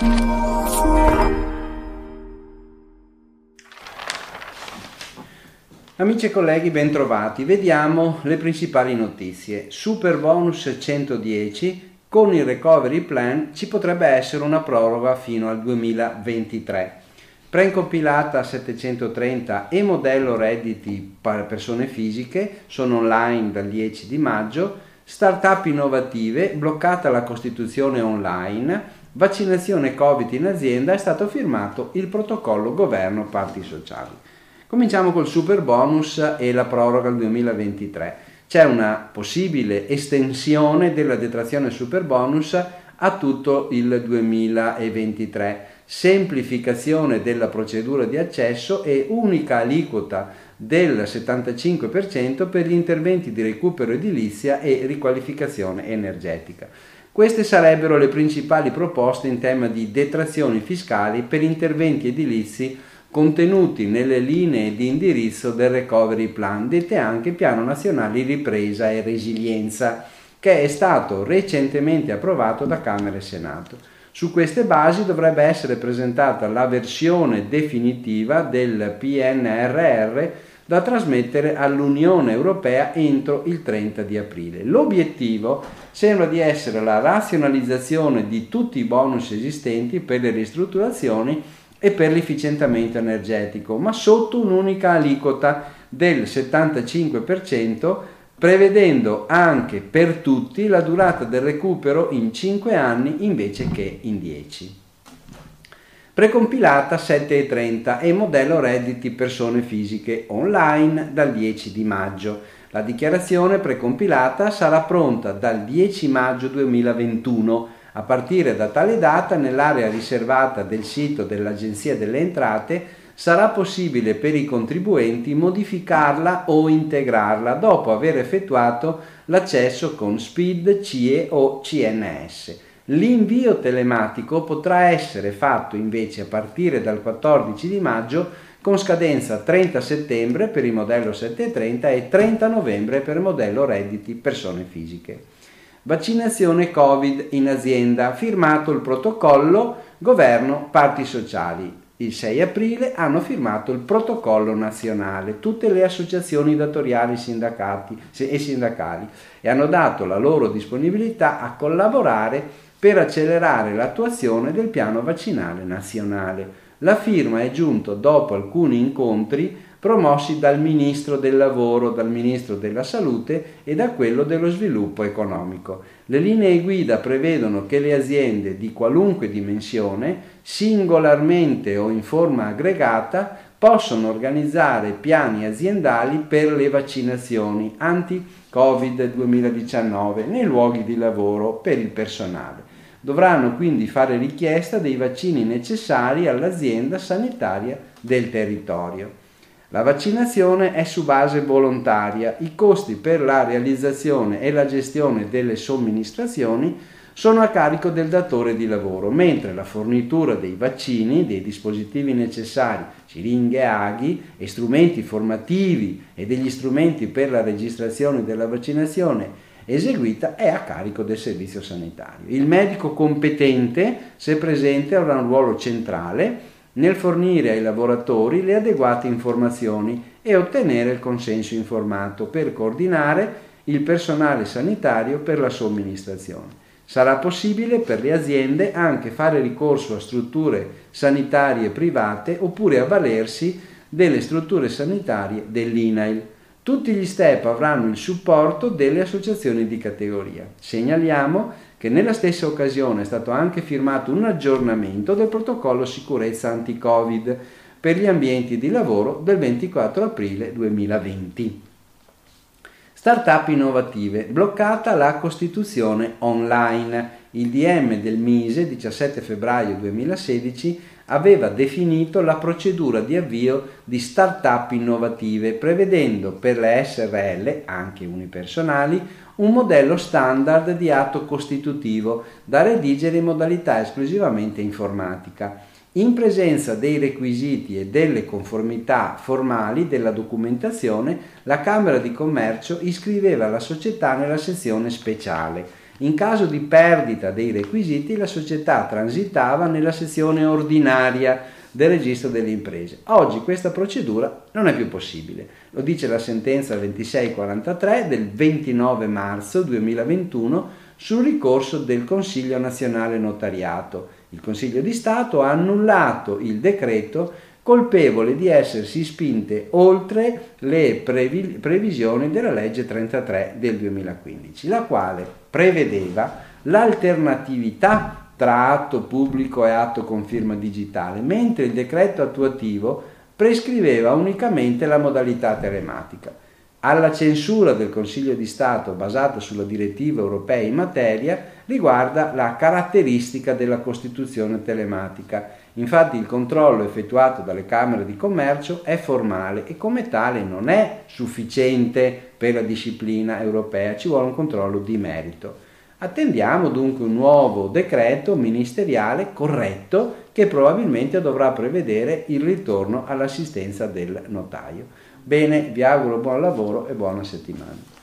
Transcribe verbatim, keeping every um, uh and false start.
Amici e colleghi, bentrovati. Vediamo le principali notizie. Super bonus centodieci. Con il recovery plan ci potrebbe essere una proroga fino al duemilaventitré. Precompilata settecentotrenta e modello redditi per persone fisiche sono online dal dieci di maggio. Startup innovative, bloccata la costituzione online. Vaccinazione Covid in azienda, è stato firmato il protocollo governo parti sociali. Cominciamo col super bonus e la proroga al duemilaventitré. C'è una possibile estensione della detrazione super bonus a tutto il duemilaventitré. Semplificazione della procedura di accesso e unica aliquota del settantacinque per cento per gli interventi di recupero edilizia e riqualificazione energetica. Queste sarebbero le principali proposte in tema di detrazioni fiscali per interventi edilizi contenuti nelle linee di indirizzo del Recovery Plan, dette anche Piano Nazionale di Ripresa e Resilienza, che è stato recentemente approvato da Camera e Senato. Su queste basi dovrebbe essere presentata la versione definitiva del P N R R da trasmettere all'Unione Europea entro il trenta di aprile. L'obiettivo sembra di essere la razionalizzazione di tutti i bonus esistenti per le ristrutturazioni e per l'efficientamento energetico, ma sotto un'unica aliquota del settantacinque per cento, prevedendo anche per tutti la durata del recupero in cinque anni invece che in dieci. Precompilata sette e trenta e modello redditi persone fisiche online dal dieci di maggio. La dichiarazione precompilata sarà pronta dal dieci maggio duemilaventuno. A partire da tale data, nell'area riservata del sito dell'Agenzia delle Entrate sarà possibile per i contribuenti modificarla o integrarla dopo aver effettuato l'accesso con S P I D, C I E o C N S. L'invio telematico potrà essere fatto invece a partire dal quattordici di maggio con scadenza trenta settembre per il modello sette e trenta e trenta novembre per il modello redditi persone fisiche. Vaccinazione Covid in azienda, firmato il protocollo governo parti sociali. Il sei aprile hanno firmato il protocollo nazionale tutte le associazioni datoriali sindacati e sindacali e hanno dato la loro disponibilità a collaborare per accelerare l'attuazione del piano vaccinale nazionale. La firma è giunta dopo alcuni incontri promossi dal Ministro del Lavoro, dal Ministro della Salute e da quello dello Sviluppo Economico. Le linee guida prevedono che le aziende di qualunque dimensione, singolarmente o in forma aggregata, possono organizzare piani aziendali per le vaccinazioni anti-Covid duemiladiciannove nei luoghi di lavoro per il personale. Dovranno quindi fare richiesta dei vaccini necessari all'azienda sanitaria del territorio. La vaccinazione è su base volontaria, i costi per la realizzazione e la gestione delle somministrazioni sono a carico del datore di lavoro, mentre la fornitura dei vaccini, dei dispositivi necessari, siringhe, aghi e strumenti formativi e degli strumenti per la registrazione della vaccinazione eseguita è a carico del servizio sanitario. Il medico competente, se presente, avrà un ruolo centrale nel fornire ai lavoratori le adeguate informazioni e ottenere il consenso informato per coordinare il personale sanitario per la somministrazione. Sarà possibile per le aziende anche fare ricorso a strutture sanitarie private oppure avvalersi delle strutture sanitarie dell'I N A I L. Tutti gli step avranno il supporto delle associazioni di categoria. Segnaliamo che nella stessa occasione è stato anche firmato un aggiornamento del protocollo sicurezza anti-Covid per gli ambienti di lavoro del ventiquattro aprile duemilaventi. Startup innovative, bloccata la costituzione online. Il D M del Mise, diciassette febbraio duemilasedici, aveva definito la procedura di avvio di start-up innovative, prevedendo per le S R L, anche unipersonali, un modello standard di atto costitutivo da redigere in modalità esclusivamente informatica, in presenza dei requisiti e delle conformità formali della documentazione. La Camera di Commercio iscriveva la società nella sezione speciale. In caso di perdita dei requisiti, la società transitava nella sezione ordinaria del registro delle imprese. Oggi questa procedura non è più possibile. Lo dice la sentenza ventisei quarantatré del ventinove marzo duemilaventuno sul ricorso del Consiglio Nazionale Notariato. Il Consiglio di Stato ha annullato il decreto colpevole di essersi spinte oltre le previ- previsioni della legge trentatré del duemilaquindici, la quale prevedeva l'alternatività tra atto pubblico e atto con firma digitale, mentre il decreto attuativo prescriveva unicamente la modalità telematica. Alla censura del Consiglio di Stato basata sulla direttiva europea in materia riguarda la caratteristica della costituzione telematica. Infatti il controllo effettuato dalle Camere di Commercio è formale e come tale non è sufficiente per la disciplina europea, ci vuole un controllo di merito. Attendiamo dunque un nuovo decreto ministeriale corretto che probabilmente dovrà prevedere il ritorno all'assistenza del notaio. Bene, vi auguro buon lavoro e buona settimana.